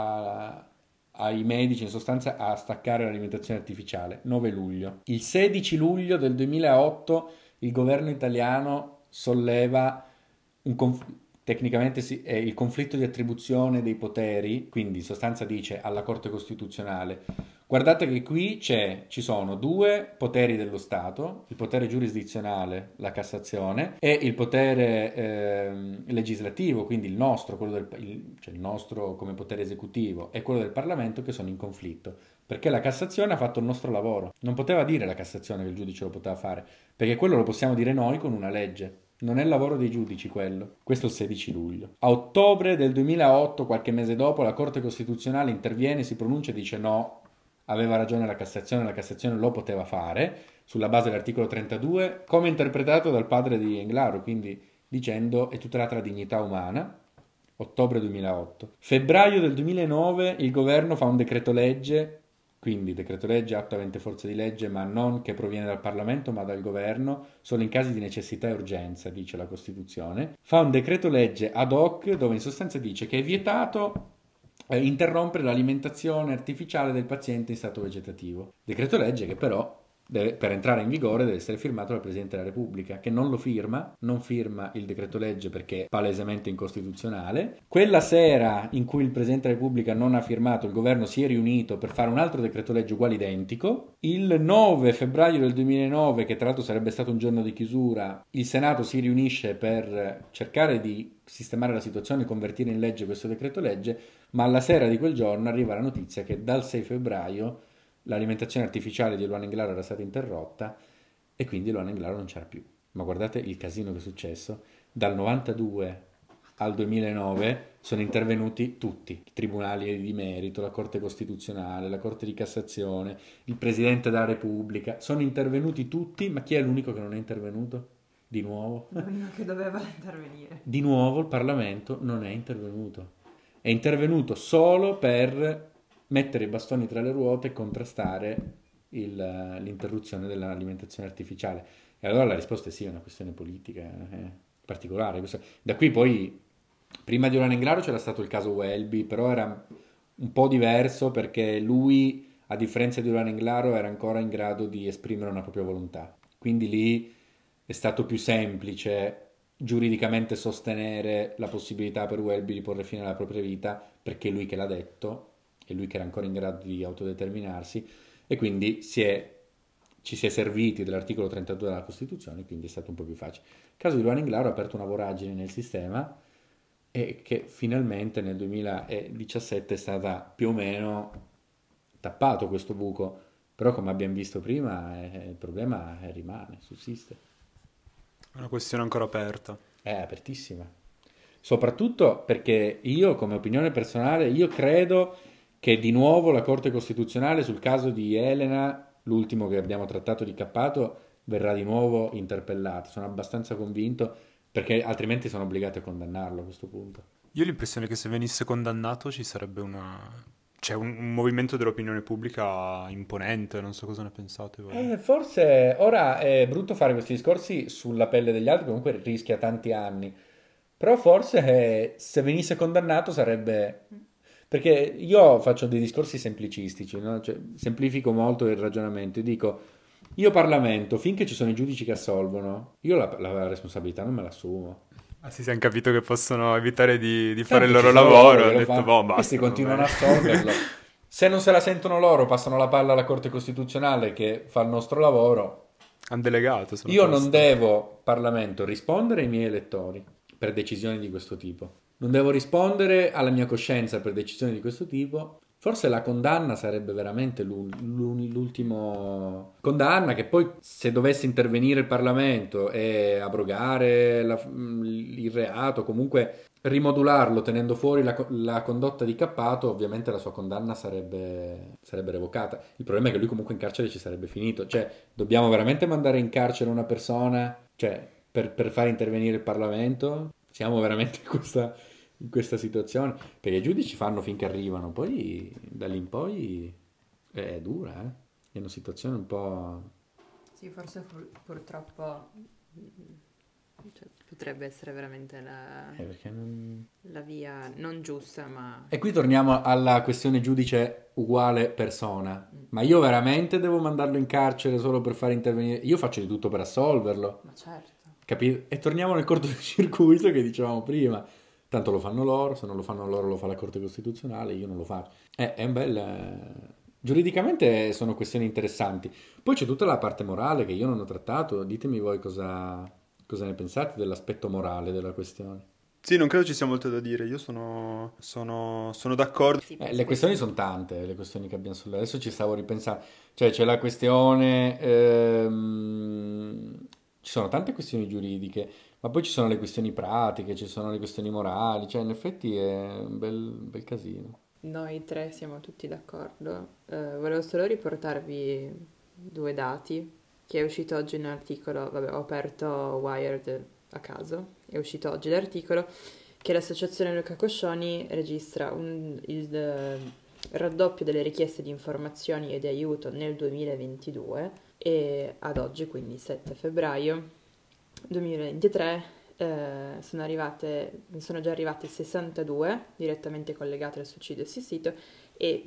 a, ai medici in sostanza a staccare l'alimentazione artificiale. nove luglio. Il sedici luglio del duemilaotto il governo italiano solleva un conflitto. Tecnicamente sì, è il conflitto di attribuzione dei poteri, quindi in sostanza dice alla Corte Costituzionale: guardate che qui c'è, ci sono due poteri dello Stato, il potere giurisdizionale, la Cassazione, e il potere ehm, legislativo, quindi il nostro, quello del, il, cioè il nostro come potere esecutivo, e quello del Parlamento, che sono in conflitto. Perché la Cassazione ha fatto il nostro lavoro. Non poteva dire la Cassazione che il giudice lo poteva fare, perché quello lo possiamo dire noi con una legge. Non è il lavoro dei giudici quello. Questo è il sedici luglio. A ottobre del duemilaotto, qualche mese dopo, la Corte Costituzionale interviene, si pronuncia e dice no, aveva ragione la Cassazione, la Cassazione lo poteva fare, sulla base dell'articolo trentadue, come interpretato dal padre di Englaro, quindi dicendo è tutelata la dignità umana. Ottobre duemilaotto. Febbraio del duemilanove il governo fa un decreto legge, quindi decreto legge, atto avente forza di legge, ma non che proviene dal Parlamento ma dal governo, solo in casi di necessità e urgenza, dice la Costituzione. Fa un decreto legge ad hoc dove in sostanza dice che è vietato eh, interrompere l'alimentazione artificiale del paziente in stato vegetativo. Decreto legge che però deve, per entrare in vigore deve essere firmato dal Presidente della Repubblica, che non lo firma, non firma il decreto legge perché è palesemente incostituzionale. Quella sera in cui il Presidente della Repubblica non ha firmato, il governo si è riunito per fare un altro decreto legge uguale identico. Il nove febbraio del duemilanove, che tra l'altro sarebbe stato un giorno di chiusura, il Senato si riunisce per cercare di sistemare la situazione e convertire in legge questo decreto legge, ma alla sera di quel giorno arriva la notizia che dal sei febbraio l'alimentazione artificiale di Luana Englaro era stata interrotta e quindi Luana Englaro non c'era più. Ma guardate il casino che è successo. Dal novantadue al duemilanove sono intervenuti tutti, i tribunali di merito, la Corte Costituzionale, la Corte di Cassazione, il Presidente della Repubblica, sono intervenuti tutti, ma chi è l'unico che non è intervenuto? Di nuovo. L'unico che doveva intervenire. Di nuovo il Parlamento non è intervenuto. È intervenuto solo per mettere i bastoni tra le ruote e contrastare il, l'interruzione dell'alimentazione artificiale. E allora la risposta è sì, è una questione politica eh, particolare. Da qui poi, prima di Luana Englaro c'era stato il caso Welby, però era un po' diverso perché lui, a differenza di Luana Englaro, era ancora in grado di esprimere una propria volontà. Quindi lì è stato più semplice giuridicamente sostenere la possibilità per Welby di porre fine alla propria vita, perché è lui che l'ha detto, è lui che era ancora in grado di autodeterminarsi, e quindi si è, ci si è serviti dell'articolo trentadue della Costituzione, quindi è stato un po' più facile. Il caso di Luana Englaro ha aperto una voragine nel sistema e che finalmente nel duemiladiciassette è stata più o meno tappato questo buco. Però come abbiamo visto prima, eh, il problema eh, rimane, sussiste. È una questione ancora aperta. È apertissima. Soprattutto perché io, come opinione personale, io credo che di nuovo la Corte Costituzionale sul caso di Elena, l'ultimo che abbiamo trattato di Cappato, verrà di nuovo interpellata. Sono abbastanza convinto, perché altrimenti sono obbligati a condannarlo a questo punto. Io ho l'impressione che se venisse condannato ci sarebbe una... c'è un, un movimento dell'opinione pubblica imponente, non so cosa ne pensate voi. Eh, forse ora è brutto fare questi discorsi sulla pelle degli altri, comunque rischia tanti anni. Però forse eh, se venisse condannato sarebbe... Perché io faccio dei discorsi semplicistici, no? Cioè, semplifico molto il ragionamento e dico, io Parlamento, finché ci sono i giudici che assolvono, io la, la responsabilità non me la assumo. Ah sì, si hanno capito che possono evitare di, di Tanto fare il ci loro sono lavoro, loro che hanno lo detto, fanno. boh, Questi basta. continuano a assolverlo. Se non se la sentono loro, passano la palla alla Corte Costituzionale che fa il nostro lavoro. Hanno delegato. Sono Io non tosti. devo, Parlamento, rispondere ai miei elettori per decisioni di questo tipo. Non devo rispondere alla mia coscienza per decisioni di questo tipo. Forse la condanna sarebbe veramente l'ul- l'ul- l'ultimo... Condanna che poi, se dovesse intervenire il Parlamento e abrogare la- il reato, comunque rimodularlo tenendo fuori la, co- la condotta di Cappato, ovviamente la sua condanna sarebbe, sarebbe revocata. Il problema è che lui comunque in carcere ci sarebbe finito. Cioè, dobbiamo veramente mandare in carcere una persona, cioè, per, per far intervenire il Parlamento? Siamo veramente in questa, in questa situazione? Perché i giudici fanno finché arrivano, poi da lì in poi è dura, eh? È una situazione un po'... Sì, forse pur- purtroppo cioè, potrebbe essere veramente la, eh, perché non... la via non giusta, ma... E qui torniamo alla questione giudice uguale persona. Ma io veramente devo mandarlo in carcere solo per far intervenire? Io faccio di tutto per assolverlo. Ma certo. Capito? E torniamo nel cortocircuito che dicevamo prima. Tanto lo fanno loro, se non lo fanno loro lo fa la Corte Costituzionale, io non lo faccio. Eh, è un bel... eh, Giuridicamente sono questioni interessanti. Poi c'è tutta la parte morale che io non ho trattato. Ditemi voi cosa, cosa ne pensate dell'aspetto morale della questione. Sì, non credo ci sia molto da dire. Io sono, sono, sono d'accordo. Sì, Eh, le sì, questioni sì. sono tante, le questioni che abbiamo sollevato. Adesso ci stavo ripensando. Cioè, c'è la questione... ehm, Ci sono tante questioni giuridiche, ma poi ci sono le questioni pratiche, ci sono le questioni morali. Cioè, in effetti è un bel, bel casino. Noi tre siamo tutti d'accordo. Eh, volevo solo riportarvi due dati che è uscito oggi un articolo, vabbè, ho aperto Wired a caso, è uscito oggi l'articolo che l'associazione Luca Coscioni registra un- il eh, raddoppio delle richieste di informazioni e di aiuto nel duemilaventidue e ad oggi, quindi sette febbraio duemilaventitré, eh, sono arrivate, sono già arrivate sessantadue direttamente collegate al suicidio assistito e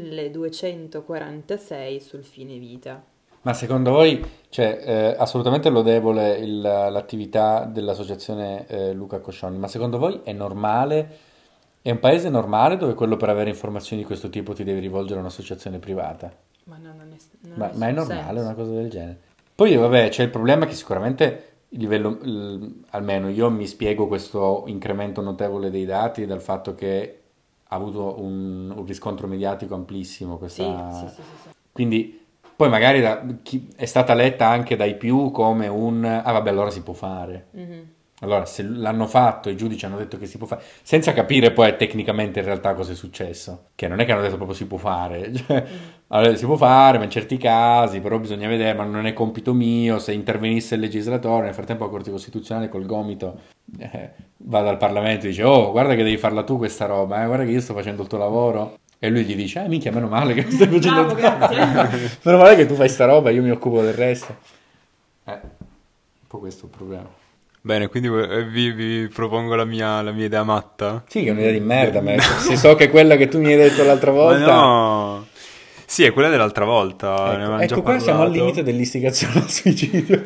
milleduecentoquarantasei sul fine vita. Ma secondo voi, cioè, eh, assolutamente lodevole il- l'attività dell'associazione eh, Luca Coscioni, ma secondo voi è normale, è un paese normale dove quello per avere informazioni di questo tipo ti devi rivolgere a un'associazione privata? Ma no, non, è, non Ma, ha ma è nessun normale senso. una cosa del genere? Poi, vabbè, c'è il problema che sicuramente il livello, il- almeno io mi spiego questo incremento notevole dei dati dal fatto che ha avuto un, un riscontro mediatico amplissimo Sì, questa... sì, sì, sì, sì. Quindi, poi magari da- chi- è stata letta anche dai più come un... Ah, vabbè, allora si può fare. Mhm. Allora, se l'hanno fatto, i giudici hanno detto che si può fare, senza capire poi tecnicamente in realtà cosa è successo, che non è che hanno detto proprio si può fare, cioè, allora, si può fare, ma in certi casi, però bisogna vedere, ma non è compito mio, se intervenisse il legislatore, nel frattempo la Corte Costituzionale col gomito eh, va dal Parlamento e dice, oh, guarda che devi farla tu questa roba, eh, guarda che io sto facendo il tuo lavoro, e lui gli dice, eh, minchia, meno male che stai facendo Bravo, tu. grazie. Meno male che tu fai sta roba, io mi occupo del resto. Eh, un po' questo è il problema. Bene, quindi eh, vi, vi propongo la mia, la mia idea matta. Sì, che è un'idea di merda, ma se so che è quella che tu mi hai detto l'altra volta... Ma no! Sì, è quella dell'altra volta, ne Ecco, avevamo ecco già qua siamo al parlato. limite dell'istigazione al suicidio.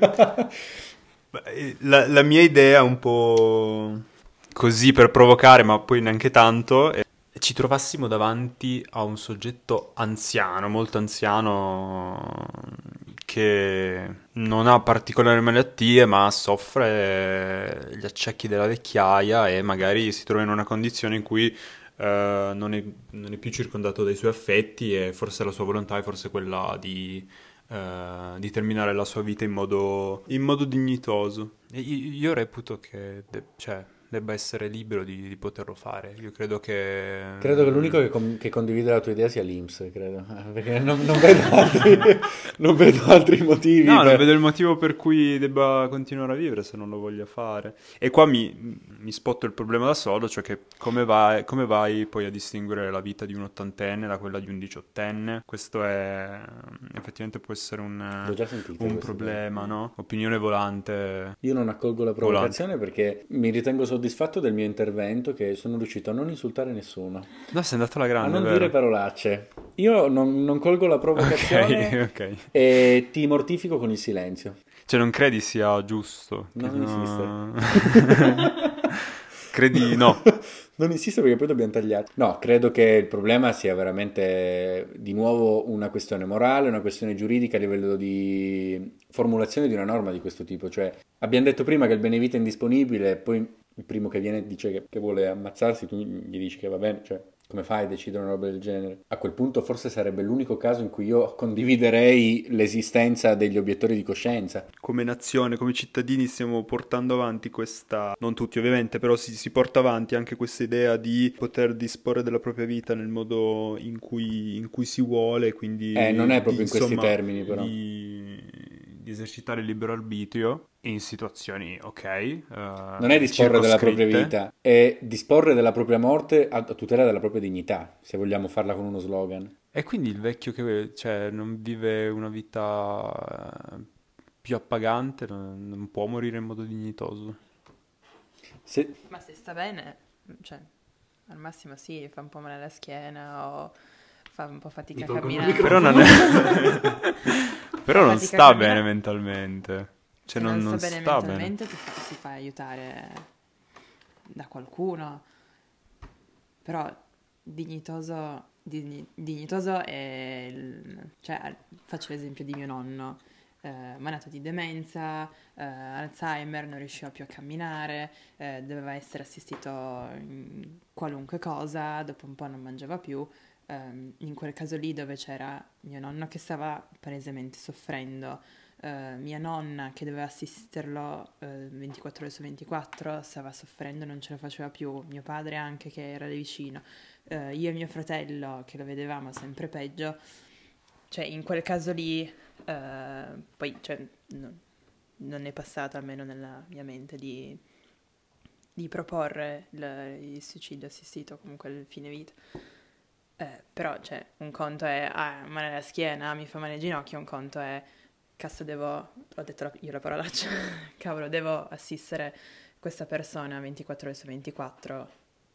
Beh, La, la mia idea è un po' così per provocare, ma poi neanche tanto. è- Ci trovassimo davanti a un soggetto anziano, molto anziano, che non ha particolari malattie, ma soffre gli acciacchi della vecchiaia e magari si trova in una condizione in cui eh, non è, non è più circondato dai suoi affetti e forse la sua volontà è forse quella di, eh, di terminare la sua vita in modo, in modo dignitoso. E io, io reputo che de- cioè, debba essere libero di, di poterlo fare. Io credo che... Credo che l'unico che, con- che condivide la tua idea sia l'I N P S, credo, perché non, non vedo altri, non vedo altri motivi. No, non per- vedo il motivo per cui debba continuare a vivere se non lo voglia fare. E qua mi, mi spotto il problema da solo, cioè che come vai, come vai poi a distinguere la vita di un ottantenne da quella di un diciottenne? Questo è... effettivamente può essere L'ho un, già sentito un questa problema, no? Opinione volante. Io non accolgo la provocazione perché mi ritengo soddisfatto del mio intervento, che sono riuscito a non insultare nessuno, No, sei andato alla a grande, non vero? dire parolacce. Io non, non colgo la provocazione Ok, ok. e ti mortifico con il silenzio. Cioè non credi sia giusto? Che Non Credi no. Non insisto perché poi dobbiamo tagliare. No, credo che il problema sia veramente di nuovo una questione morale, una questione giuridica a livello di formulazione di una norma di questo tipo. Cioè, abbiamo detto prima che il benevita è indisponibile, e poi il primo che viene e dice che, che vuole ammazzarsi, tu gli dici che va bene, cioè come fai a decidere una roba del genere? A quel punto forse sarebbe l'unico caso in cui io condividerei l'esistenza degli obiettori di coscienza. Come nazione, come cittadini stiamo portando avanti questa, non tutti ovviamente, però si, si porta avanti anche questa idea di poter disporre della propria vita nel modo in cui, in cui si vuole, quindi Eh, non è proprio di, in questi insomma, termini, però. Di, di esercitare il libero arbitrio in situazioni, ok, eh, Non è disporre della propria circoscritte. vita, è disporre della propria morte a a tutela della propria dignità, se vogliamo farla con uno slogan. E quindi il vecchio che cioè, non vive una vita eh, più appagante non, non può morire in modo dignitoso. Se- Ma se sta bene, cioè, al massimo sì, fa un po' male alla schiena o fa un po' fatica a tolgo il camminare. Però non, è... Però non Fatica a sta camminare. bene mentalmente. Cioè Se non, non non sta bene sta bene. mentalmente ti fa- si fa aiutare da qualcuno, però dignitoso, digni- dignitoso è il- cioè faccio l'esempio di mio nonno, eh, malato di demenza, eh, Alzheimer, non riusciva più a camminare, eh, doveva essere assistito in qualunque cosa, dopo un po' non mangiava più. Ehm, in quel caso lì dove c'era mio nonno che stava palesemente soffrendo, eh, mia nonna che doveva assisterlo eh, ventiquattro ore su ventiquattro, stava soffrendo, non ce la faceva più, mio padre anche che era lì vicino, eh, io e mio fratello che lo vedevamo sempre peggio, cioè in quel caso lì, eh, poi cioè, no- non è passato almeno nella mia mente di, di proporre il, il suicidio assistito, comunque il fine vita. Eh, però, cioè, un conto è, ah, male alla schiena, mi fa male il ginocchio, un conto è, cazzo, devo, ho detto la- io la parolaccia, cavolo, devo assistere questa persona ventiquattro ore su ventiquattro,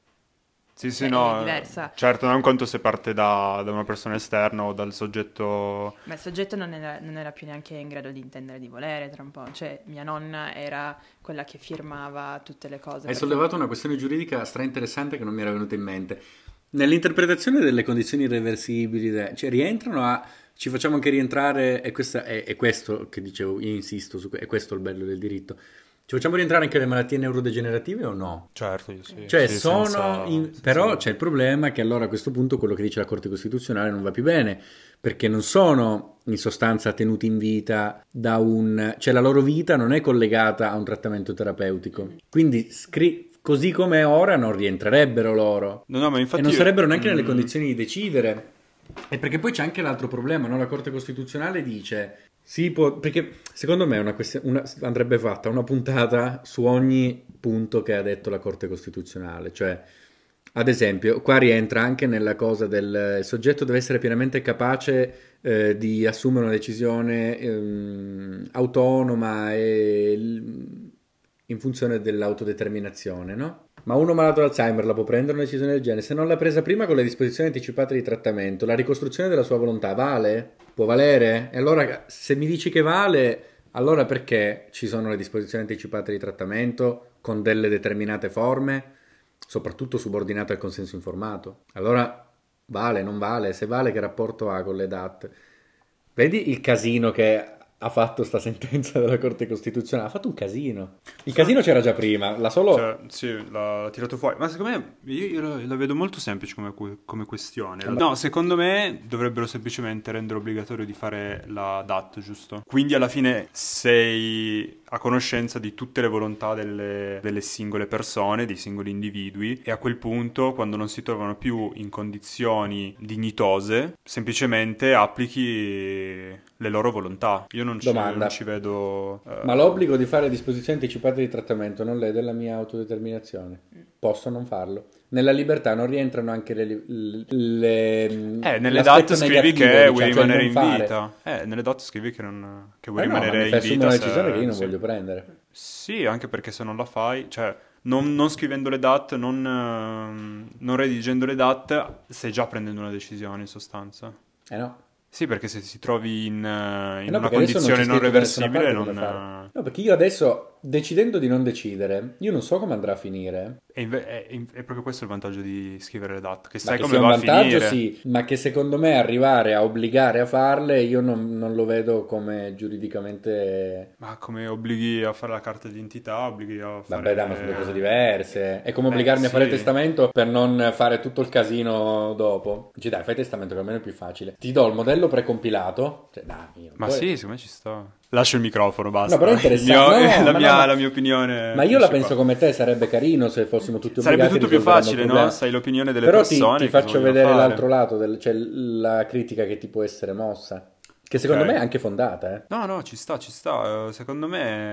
Sì, sì, cioè, no. è eh, diversa. Certo, non conto se parte da, da una persona esterna o dal soggetto. Ma il soggetto non era, non era più neanche in grado di intendere di volere tra un po', cioè, mia nonna era quella che firmava tutte le cose. Hai perché- sollevato una questione giuridica stra interessante che non mi era venuta in mente. Nell'interpretazione delle condizioni irreversibili, de- cioè rientrano a... Ci facciamo anche rientrare, e, questa, è, è questo che dicevo, io insisto, su, que- è questo il bello del diritto. Ci facciamo rientrare anche le malattie neurodegenerative o no? Certo, io sì. Cioè sì, sono, senza- in- senza però dubbio. c'è il problema che allora a questo punto quello che dice la Corte Costituzionale non va più bene, perché non sono in sostanza tenuti in vita da un... cioè la loro vita non è collegata a un trattamento terapeutico. Quindi scri- così come è ora non rientrerebbero loro. No, no, ma infatti E non io- sarebbero neanche nelle mm, condizioni di decidere. E perché poi c'è anche l'altro problema, no? La Corte Costituzionale dice, si può, perché secondo me è una questione, una- andrebbe fatta una puntata su ogni punto che ha detto la Corte Costituzionale, cioè, ad esempio, qua rientra anche nella cosa del il soggetto deve essere pienamente capace eh, di assumere una decisione ehm, autonoma e l- in funzione dell'autodeterminazione, no? Ma uno malato di Alzheimer la può prendere una decisione del genere? Se non l'ha presa prima con le disposizioni anticipate di trattamento, la ricostruzione della sua volontà vale? Può valere? E allora, se mi dici che vale, allora perché ci sono le disposizioni anticipate di trattamento con delle determinate forme, soprattutto subordinate al consenso informato? Allora, vale, non vale? Se vale, che rapporto ha con le D A T? Vedi il casino che ha fatto sta sentenza della Corte Costituzionale, ha fatto un casino. Il casino c'era già prima, la solo... Cioè, sì, l'ha tirato fuori. Ma secondo me, io, io la, la vedo molto semplice come, come questione. No, secondo me dovrebbero semplicemente rendere obbligatorio di fare la D A T, giusto? Quindi alla fine sei a conoscenza di tutte le volontà delle, delle singole persone, dei singoli individui, e a quel punto, quando non si trovano più in condizioni dignitose, semplicemente applichi le loro volontà. Io non ci, non ci vedo... Uh... Ma l'obbligo di fare disposizioni anticipate di trattamento non lede la mia autodeterminazione? Posso non farlo? Nella libertà non rientrano anche le... le eh, nelle D A T scrivi che diciamo, vuoi rimanere in fare. vita. Eh, nelle D A T scrivi che, non, che vuoi eh rimanere no, in vita. È una decisione se... che io non sì. voglio prendere. Sì, anche perché se non la fai... Cioè, non, non scrivendo le D A T, non, non redigendo le D A T, stai già prendendo una decisione in sostanza. Eh no. Sì, perché se ti trovi in, in eh no, una condizione non, non reversibile non... No, perché io adesso, decidendo di non decidere, io non so come andrà a finire. E è, è, è proprio questo il vantaggio di scrivere le D A T, che sai che come va a finire. Un vantaggio sì, ma che secondo me arrivare a obbligare a farle io non, non lo vedo come giuridicamente... Ma come obblighi a fare la carta d'identità, obblighi a fare... Vabbè, dai, ma sono due cose diverse. È come obbligarmi eh, sì. a fare testamento per non fare tutto il casino dopo. Dici dai, fai testamento che almeno è più facile. Ti do il modello precompilato. Cioè, dai, io ma poi... sì, secondo me ci sta. Lascio il microfono, basta. No, però è interessante. Mio, no, la, no, mia, no. la mia opinione. Ma io la penso come te, sarebbe carino se fossimo tutti obbligati. Sarebbe tutto più facile, no? Sai l'opinione delle però persone. Però ti, ti faccio vedere fare. l'altro lato, del, cioè la critica che ti può essere mossa. Che secondo okay. me è anche fondata, eh. No, no, ci sta, ci sta. Secondo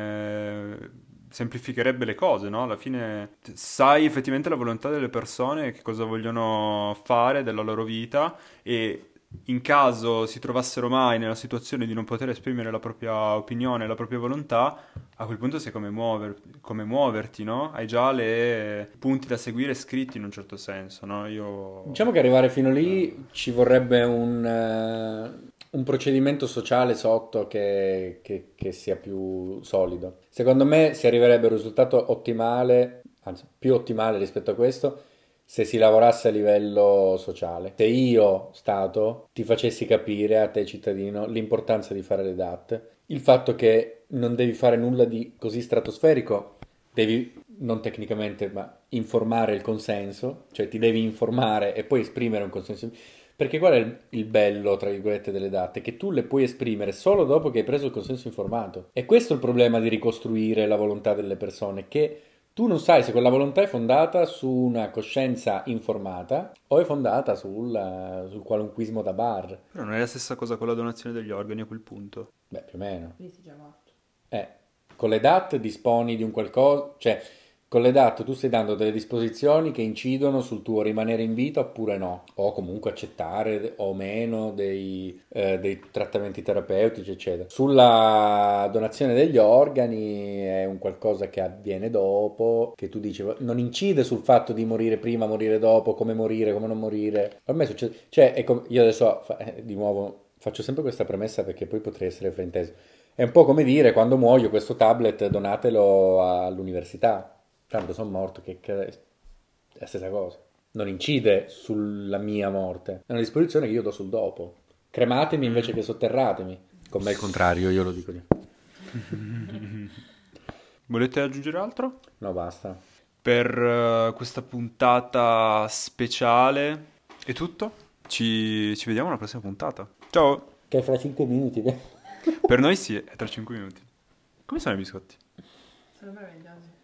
me semplificherebbe le cose, no? Alla fine sai effettivamente la volontà delle persone, che cosa vogliono fare della loro vita, e in caso si trovassero mai nella situazione di non poter esprimere la propria opinione, la propria volontà, a quel punto sai come, muover, come muoverti, no? Hai già le punti da seguire scritti in un certo senso, no? Io... Diciamo che arrivare fino lì ci vorrebbe un... Uh... un procedimento sociale sotto che, che, che sia più solido. Secondo me si arriverebbe a un risultato ottimale, anzi più ottimale rispetto a questo, se si lavorasse a livello sociale. Se io, Stato, ti facessi capire a te cittadino l'importanza di fare le D A T, il fatto che non devi fare nulla di così stratosferico, devi non tecnicamente ma informare il consenso, cioè ti devi informare e poi esprimere un consenso. Perché qual è il, il bello, tra virgolette, delle date? Che tu le puoi esprimere solo dopo che hai preso il consenso informato. E questo è il problema di ricostruire la volontà delle persone, che tu non sai se quella volontà è fondata su una coscienza informata o è fondata sul, sul qualunquismo da bar. Però non è la stessa cosa con la donazione degli organi a quel punto. Beh, più o meno. Lì si è già morto. Eh, con le D A T disponi di un qualcosa... cioè... Con le D A T tu stai dando delle disposizioni che incidono sul tuo rimanere in vita oppure no, o comunque accettare o meno dei, eh, dei trattamenti terapeutici, eccetera. Sulla donazione degli organi è un qualcosa che avviene dopo, che tu dici non incide sul fatto di morire prima, morire dopo, come morire, come non morire. A me succede, cioè è com- io adesso eh, di nuovo faccio sempre questa premessa perché poi potrei essere frainteso. È un po' come dire quando muoio questo tablet donatelo all'università. Tanto sono morto, che, che è la stessa cosa. Non incide sulla mia morte. È una disposizione che io do sul dopo. Crematemi invece che sotterratemi. Con me è il contrario, io lo dico io. Volete aggiungere altro? No, basta. Per uh, questa puntata speciale è tutto. Ci, ci vediamo alla prossima puntata. Ciao! Che è fra cinque minuti. Per noi sì, è tra cinque minuti. Come sono i biscotti? Sono meravigliosi.